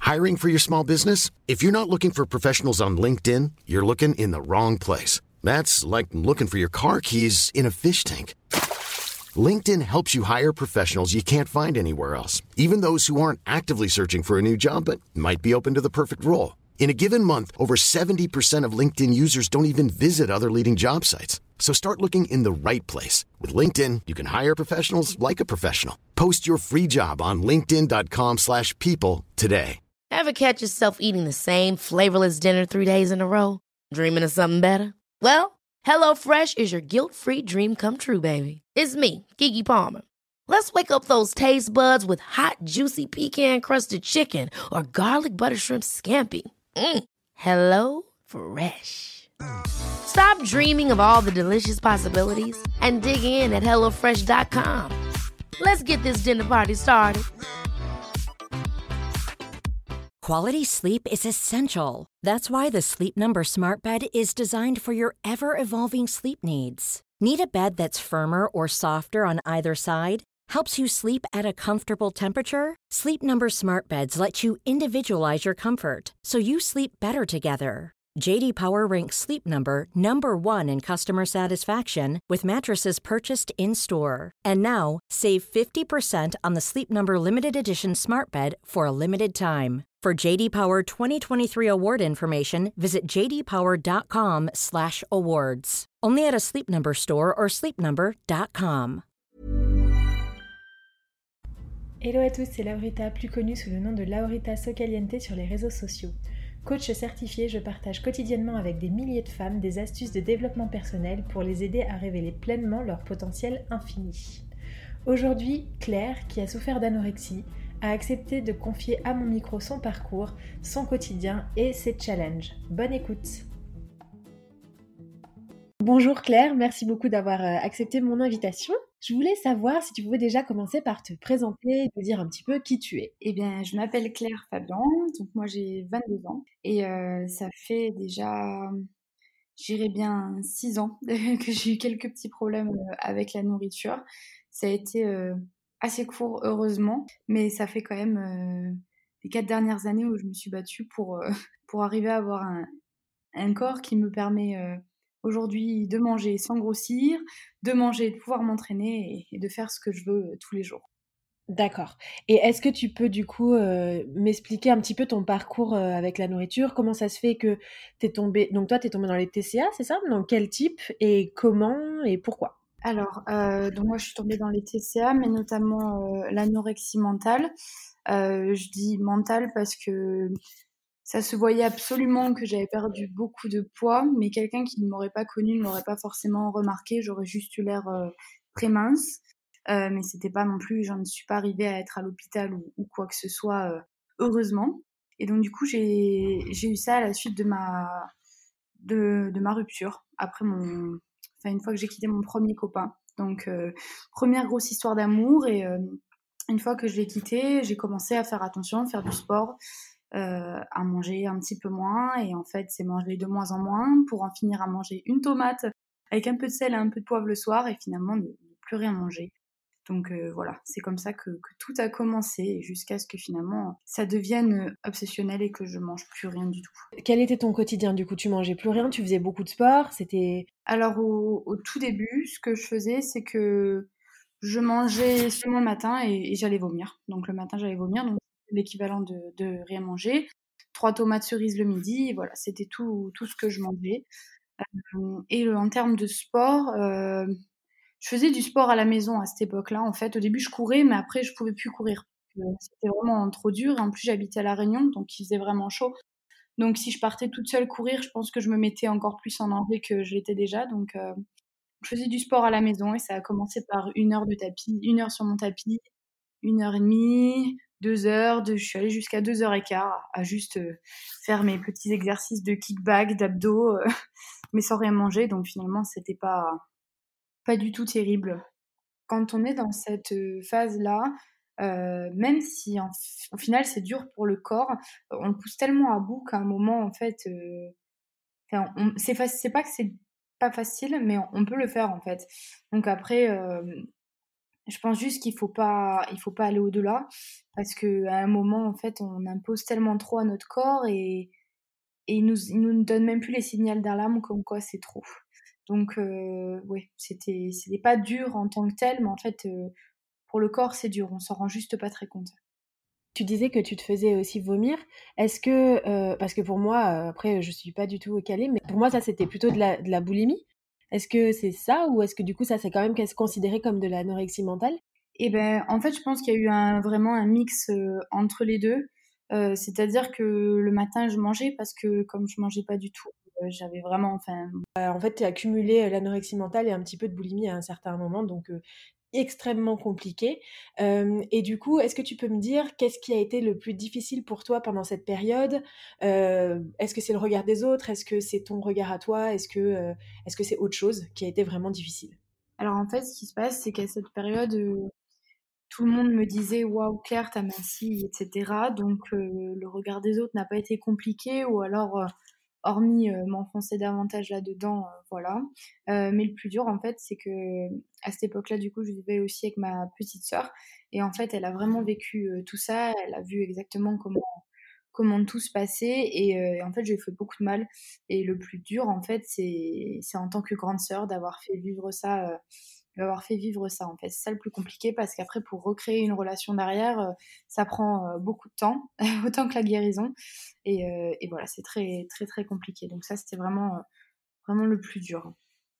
Hiring for your small business? If you're not looking for professionals on LinkedIn, you're looking in the wrong place. That's like looking for your car keys in a fish tank. LinkedIn helps you hire professionals you can't find anywhere else, even those who aren't actively searching for a new job but might be open to the perfect role. In a given month, over 70% of LinkedIn users don't even visit other leading job sites. So start looking in the right place. With LinkedIn, you can hire professionals like a professional. Post your free job on linkedin.com/people today. Ever catch yourself eating the same flavorless dinner 3 days in a row? Dreaming of something better? Well, HelloFresh is your guilt-free dream come true, baby. It's me, Keke Palmer. Let's wake up those taste buds with hot, juicy pecan-crusted chicken or garlic butter shrimp scampi. Hello Fresh. Stop dreaming of all the delicious possibilities and dig in at HelloFresh.com. Let's get this dinner party started. Quality sleep is essential. That's why the Sleep Number Smart Bed is designed for your ever-evolving sleep needs. Need a bed that's firmer or softer on either side? Helps you sleep at a comfortable temperature? Sleep Number Smart Beds let you individualize your comfort, so you sleep better together. J.D. Power ranks Sleep Number number 1 in customer satisfaction with mattresses purchased in-store. And now, save 50% on the Sleep Number Limited Edition Smart Bed for a limited time. For J.D. Power 2023 award information, visit jdpower.com/awards. Only at a Sleep Number store or sleepnumber.com. Hello à tous, c'est Laurita, plus connue sous le nom de Laurita Socaliente sur les réseaux sociaux. Coach certifié, je partage quotidiennement avec des milliers de femmes des astuces de développement personnel pour les aider à révéler pleinement leur potentiel infini. Aujourd'hui, Claire, qui a souffert d'anorexie, a accepté de confier à mon micro son parcours, son quotidien et ses challenges. Bonne écoute. Bonjour Claire, merci beaucoup d'avoir accepté mon invitation. Je voulais savoir si tu pouvais déjà commencer par te présenter et te dire un petit peu qui tu es. Eh bien, je m'appelle Claire Fabian, donc moi j'ai 22 ans et ça fait déjà, j'irais bien 6 ans que j'ai eu quelques petits problèmes avec la nourriture. Ça a été assez court, heureusement, mais ça fait quand même les 4 dernières années où je me suis battue pour arriver à avoir un corps qui me permet aujourd'hui de manger sans grossir, de manger, de pouvoir m'entraîner et de faire ce que je veux tous les jours. D'accord. Et est-ce que tu peux du coup m'expliquer un petit peu ton parcours avec la nourriture? Comment ça se fait que t'es tombée... Donc toi, t'es tombée dans les TCA, c'est ça? Dans quel type et comment et pourquoi? Alors, donc moi je suis tombée dans les TCA, mais notamment l'anorexie mentale. Je dis mentale parce que ça se voyait absolument que j'avais perdu beaucoup de poids, mais quelqu'un qui ne m'aurait pas connue ne l'aurait pas forcément remarqué. J'aurais juste eu l'air très mince, mais c'était pas non plus, j'en suis pas arrivée à être à l'hôpital ou quoi que ce soit, heureusement. Et donc du coup, j'ai eu ça à la suite de ma rupture, après une fois que j'ai quitté mon premier copain. Donc première grosse histoire d'amour et une fois que je l'ai quitté, j'ai commencé à faire attention, faire du sport. À manger un petit peu moins et en fait c'est manger de moins en moins pour en finir à manger une tomate avec un peu de sel et un peu de poivre le soir et finalement ne plus rien manger. Donc voilà, c'est comme ça que tout a commencé jusqu'à ce que finalement ça devienne obsessionnel et que je mange plus rien du tout. Quel était ton quotidien du coup? Tu mangeais plus rien, tu faisais beaucoup de sport, c'était... Alors au tout début, ce que je faisais c'est que je mangeais seulement le matin et j'allais vomir. Donc le matin j'allais vomir, donc l'équivalent de rien manger. 3 tomates cerises le midi, et voilà, c'était tout ce que je mangeais. Et en termes de sport, je faisais du sport à la maison à cette époque-là. En fait, au début, je courais, mais après, je pouvais plus courir. C'était vraiment trop dur. Et en plus, j'habitais à La Réunion, donc il faisait vraiment chaud. Donc si je partais toute seule courir, je pense que je me mettais encore plus en danger que je l'étais déjà. Donc je faisais du sport à la maison et ça a commencé par 1 heure de tapis, 1 heure sur mon tapis, 1h30, 2 heures, je suis allée jusqu'à 2h15 à juste faire mes petits exercices de kickback, d'abdos, mais sans rien manger. Donc finalement, c'était pas du tout terrible. Quand on est dans cette phase-là, même si au final c'est dur pour le corps, on le pousse tellement à bout qu'à un moment, en fait, c'est pas que c'est pas facile, mais on peut le faire en fait. Donc après, Je pense juste qu'il faut pas aller au-delà parce qu'à un moment, en fait, on impose tellement trop à notre corps et il nous donne même plus les signaux d'alarme comme quoi c'est trop. Donc ouais, c'était pas dur en tant que tel, mais en fait, pour le corps, c'est dur. On s'en rend juste pas très compte. Tu disais que tu te faisais aussi vomir. Est-ce que, parce que pour moi, après, je suis pas du tout calée, mais pour moi, ça, c'était plutôt de la boulimie. Est-ce que c'est ça ou est-ce que du coup, ça, c'est quand même considéré comme de l'anorexie mentale? Et ben, en fait, je pense qu'il y a eu vraiment un mix entre les deux. C'est-à-dire que le matin, je mangeais parce que comme je mangeais pas du tout, j'avais vraiment, enfin, En fait, tu as cumulé l'anorexie mentale et un petit peu de boulimie à un certain moment, donc extrêmement compliqué. Et du coup, est-ce que tu peux me dire qu'est-ce qui a été le plus difficile pour toi pendant cette période? Est-ce que c'est le regard des autres? Est-ce que c'est ton regard à toi? Est-ce que c'est autre chose qui a été vraiment difficile? alors en fait, ce qui se passe, c'est qu'à cette période, tout le monde me disait: «Waouh, Claire, tu minci» et cetera. Donc le regard des autres n'a pas été compliqué ou alors, hormis, m'enfoncer davantage là-dedans, voilà. Mais le plus dur, en fait, c'est qu'à cette époque-là, du coup, je vivais aussi avec ma petite sœur et en fait, elle a vraiment vécu, tout ça. Elle a vu exactement comment tout se passait et en fait, je lui ai fait beaucoup de mal et le plus dur, en fait, c'est en tant que grande sœur d'avoir fait vivre ça, en fait. C'est ça le plus compliqué parce qu'après pour recréer une relation derrière, ça prend, beaucoup de temps, autant que la guérison et voilà, c'est très, très, très compliqué. Donc ça, c'était vraiment le plus dur.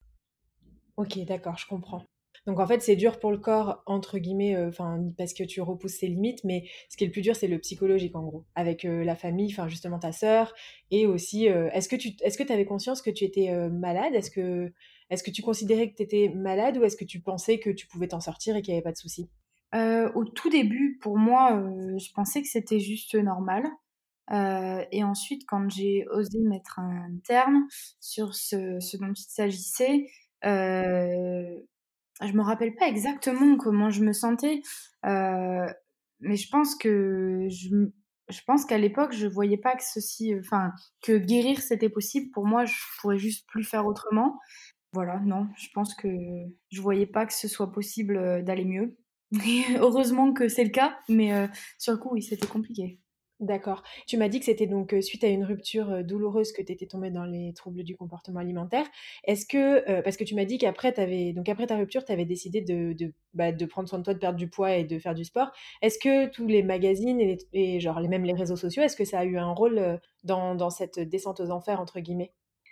OK, d'accord, je comprends. Donc en fait, c'est dur pour le corps, entre guillemets, enfin, parce que tu repousses ses limites, mais ce qui est le plus dur, c'est le psychologique, en gros, avec la famille, enfin, justement, ta sœur, et aussi, est-ce que tu avais conscience que tu étais malade? Est-ce que tu considérais que tu étais malade ou est-ce que tu pensais que tu pouvais t'en sortir et qu'il n'y avait pas de souci? Au tout début, pour moi, je pensais que c'était juste normal, et ensuite quand j'ai osé mettre un terme sur ce dont il s'agissait, je me rappelle pas exactement comment je me sentais, heu, mais je pense qu'à l'époque, je voyais pas que enfin, que guérir c'était possible. Pour moi, je pourrais juste plus faire autrement. Voilà, non, je pense que je voyais pas que ce soit possible, d'aller mieux. Et heureusement que c'est le cas, mais sur le coup, oui, c'était compliqué. D'accord. Tu m'as dit que c'était donc, suite à une rupture, douloureuse que tu étais tombée dans les troubles du comportement alimentaire. Est-ce que, parce que tu m'as dit qu'après après ta rupture, tu avais décidé de prendre soin de toi, de perdre du poids et de faire du sport. Est-ce que tous les magazines et genre même les réseaux sociaux, est-ce que ça a eu un rôle, dans cette «descente aux enfers» entre guillemets?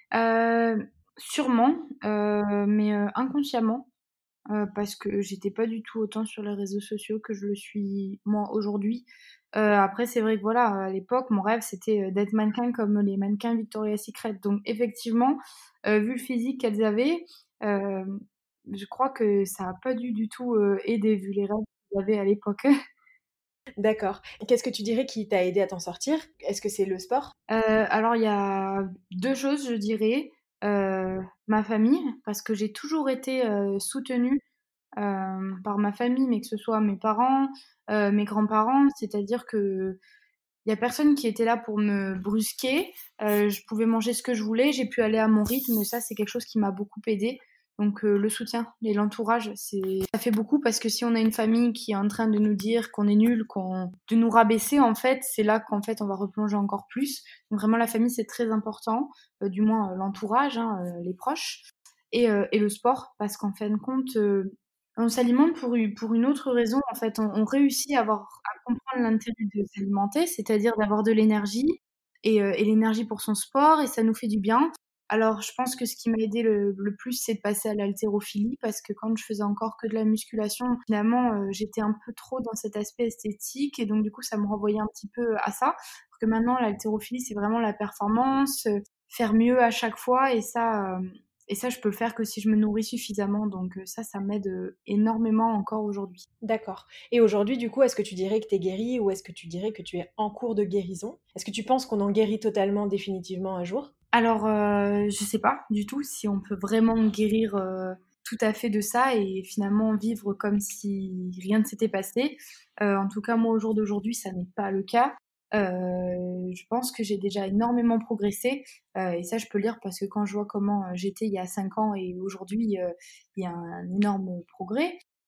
Sûrement, mais inconsciemment, parce que j'étais pas du tout autant sur les réseaux sociaux que je le suis moi aujourd'hui. Après c'est vrai que voilà, à l'époque, mon rêve c'était, d'être mannequin comme les mannequins Victoria's Secret. Donc effectivement, vu le physique qu'elles avaient, hem, je crois que ça a pas dû du tout, aider vu les rêves qu'elles avaient à l'époque. D'accord. Qu'est-ce que tu dirais qui t'a aidé à t'en sortir? Est-ce que c'est le sport? Alors il y a 2 choses, je dirais. Ma famille, parce que j'ai toujours été, soutenue, par ma famille, mais que ce soit mes parents, mes grands-parents. C'est-à-dire qu'il y a personne qui était là pour me brusquer. Je pouvais manger ce que je voulais, j'ai pu aller à mon rythme. Ça, c'est quelque chose qui m'a beaucoup aidée. Donc le soutien et l'entourage, ça fait beaucoup parce que si on a une famille qui est en train de nous dire qu'on est nul, de nous rabaisser, en fait, c'est là qu'en fait on va replonger encore plus. Donc vraiment la famille, c'est très important, du moins l'entourage, hein, les proches et le sport parce qu'en fin de compte, on s'alimente pour une autre raison. En fait, on réussit à comprendre l'intérêt de s'alimenter, c'est-à-dire d'avoir de l'énergie et l'énergie pour son sport et ça nous fait du bien. Alors je pense que ce qui m'a aidé le plus, c'est de passer à l'haltérophilie parce que quand je faisais encore que de la musculation, finalement, j'étais un peu trop dans cet aspect esthétique et donc du coup, ça me renvoyait un petit peu à ça. Alors que maintenant, l'haltérophilie, c'est vraiment la performance, faire mieux à chaque fois et ça, je peux le faire que si je me nourris suffisamment. Donc ça m'aide énormément encore aujourd'hui. D'accord. Et aujourd'hui, du coup, est-ce que tu dirais que tu es guérie ou est-ce que tu dirais que tu es en cours de guérison? Est-ce que tu penses qu'on en guérit totalement, définitivement un jour? Alors, je sais pas du tout si on peut vraiment guérir tout à fait de ça et finalement vivre comme si rien ne s'était passé. En tout cas, moi, au jour d'aujourd'hui, ça n'est pas le cas. Je pense que j'ai déjà énormément progressé et ça, je peux le dire parce que quand je vois comment j'étais il y a 5 ans et aujourd'hui, il y a un énorme progrès.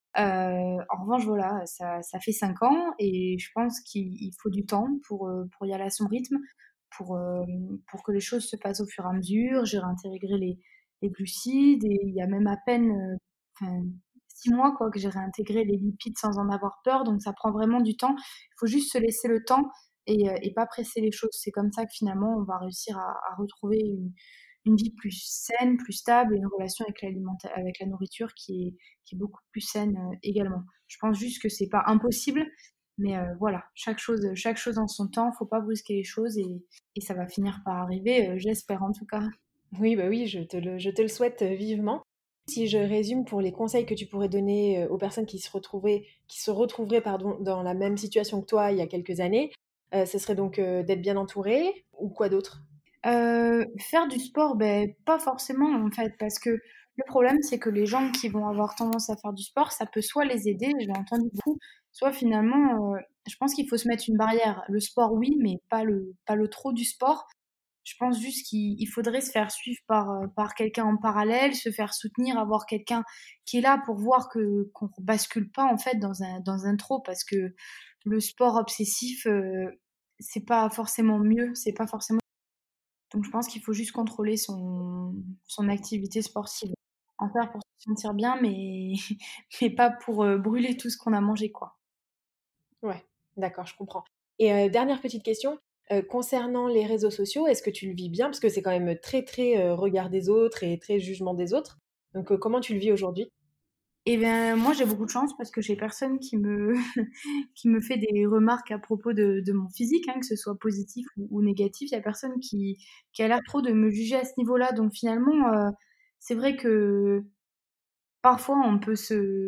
En revanche, voilà, ça fait 5 ans et je pense qu'il faut du temps pour y aller à son rythme, pour que les choses se passent au fur et à mesure. J'ai réintégré les glucides et il y a même à peine, enfin 6 mois quoi, que j'ai réintégré les lipides sans en avoir peur, donc ça prend vraiment du temps. Il faut juste se laisser le temps et pas presser les choses. C'est comme ça que finalement on va réussir à retrouver une vie plus saine, plus stable et une relation avec la nourriture qui est beaucoup plus saine également. Je pense juste que c'est pas impossible, mais voilà, chaque chose en son temps, faut pas brusquer les choses et ça va finir par arriver, j'espère en tout cas. Oui, bah oui, je te le souhaite vivement. Si je résume pour les conseils que tu pourrais donner aux personnes qui se retrouveraient dans la même situation que toi il y a quelques années, ce serait donc d'être bien entouré ou quoi d'autre? Faire du sport, pas forcément en fait, parce que le problème c'est que les gens qui vont avoir tendance à faire du sport, ça peut soit les aider, je l'ai entendu beaucoup, soit finalement, je pense qu'il faut se mettre une barrière. Le sport oui, mais pas le trop du sport. Je pense juste qu'il faudrait se faire suivre par quelqu'un en parallèle, se faire soutenir, avoir quelqu'un qui est là pour voir qu'on bascule pas en fait dans un trop, parce que le sport obsessif, c'est pas forcément mieux, c'est pas forcément. Donc je pense qu'il faut juste contrôler son activité sportive. En faire pour se sentir bien, mais mais pas pour brûler tout ce qu'on a mangé, quoi. Ouais, d'accord, je comprends. Et dernière petite question, concernant les réseaux sociaux, est-ce que tu le vis bien? Parce que c'est quand même très, très, regard des autres et très jugement des autres. Donc comment tu le vis aujourd'hui? Eh bien, moi, j'ai beaucoup de chance parce que j'ai personne qui me qui me fait des remarques à propos de mon physique, hein, que ce soit positif ou négatif. Il y a personne qui a l'air trop de me juger à ce niveau-là. Donc finalement, c'est vrai que parfois on peut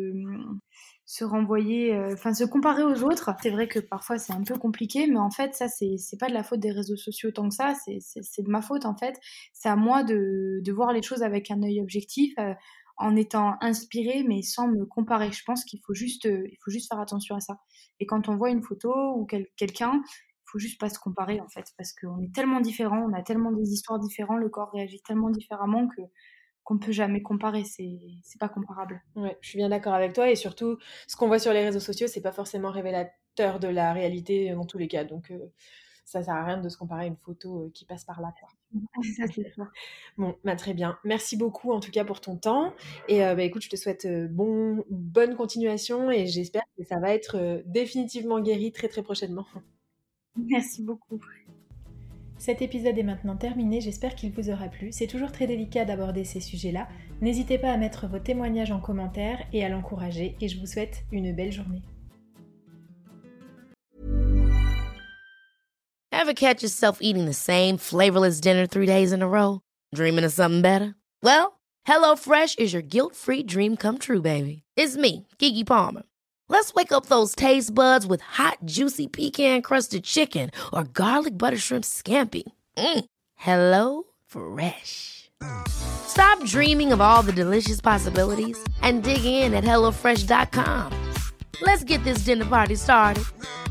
se renvoyer, enfin se comparer aux autres. C'est vrai que parfois c'est un peu compliqué, mais en fait ça c'est pas de la faute des réseaux sociaux tant que ça, c'est de ma faute en fait. C'est à moi de voir les choses avec un œil objectif, en étant inspirée mais sans me comparer. Je pense qu'il faut juste faire attention à ça. Et quand on voit une photo ou quelqu'un, il faut juste pas se comparer en fait, parce qu'on est tellement différents, on a tellement des histoires différentes, le corps réagit tellement différemment que qu'on ne peut jamais comparer, c'est pas comparable. Ouais, je suis bien d'accord avec toi et surtout, ce qu'on voit sur les réseaux sociaux, c'est pas forcément révélateur de la réalité dans tous les cas. Donc, ça sert à rien de se comparer à une photo qui passe par là, quoi. Ça, c'est sûr. Bon, bah, très bien. Merci beaucoup en tout cas pour ton temps. Et bah, écoute, je te souhaite bonne continuation et j'espère que ça va être définitivement guéri très très prochainement. Merci beaucoup. Cet épisode est maintenant terminé, j'espère qu'il vous aura plu. C'est toujours très délicat d'aborder ces sujets-là. N'hésitez pas à mettre vos témoignages en commentaire et à l'encourager. Et je vous souhaite une belle journée. Ever catch yourself eating the same flavorless dinner 3 days in a row? Dreaming of something better? Well, HelloFresh is your guilt-free dream come true, baby. It's me, Keke Palmer. Let's wake up those taste buds with hot, juicy pecan-crusted chicken or garlic butter shrimp scampi. Hello Fresh. Stop dreaming of all the delicious possibilities and dig in at HelloFresh.com. Let's get this dinner party started.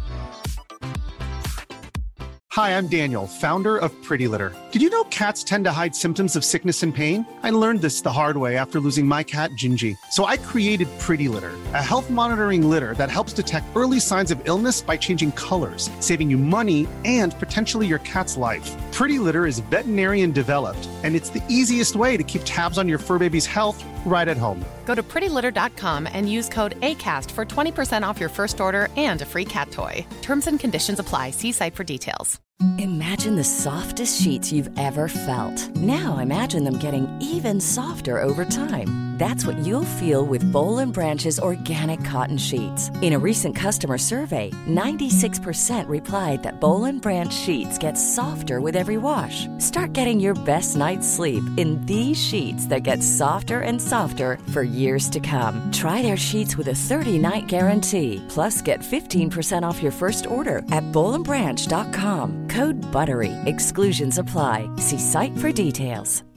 Hi, I'm Daniel, founder of Pretty Litter. Did you know cats tend to hide symptoms of sickness and pain? I learned this the hard way after losing my cat, Gingy. So I created Pretty Litter, a health monitoring litter that helps detect early signs of illness by changing colors, saving you money and potentially your cat's life. Pretty Litter is veterinarian developed, and it's the easiest way to keep tabs on your fur baby's health right at home. Go to prettylitter.com and use code ACAST for 20% off your first order and a free cat toy. Terms and conditions apply. See site for details. Imagine the softest sheets you've ever felt. Now imagine them getting even softer over time. That's what you'll feel with Boll & Branch's organic cotton sheets. In a recent customer survey, 96% replied that Boll & Branch sheets get softer with every wash. Start getting your best night's sleep in these sheets that get softer and softer for years to come. Try their sheets with a 30-night guarantee. Plus, get 15% off your first order at bollandbranch.com. Code BUTTERY. Exclusions apply. See site for details.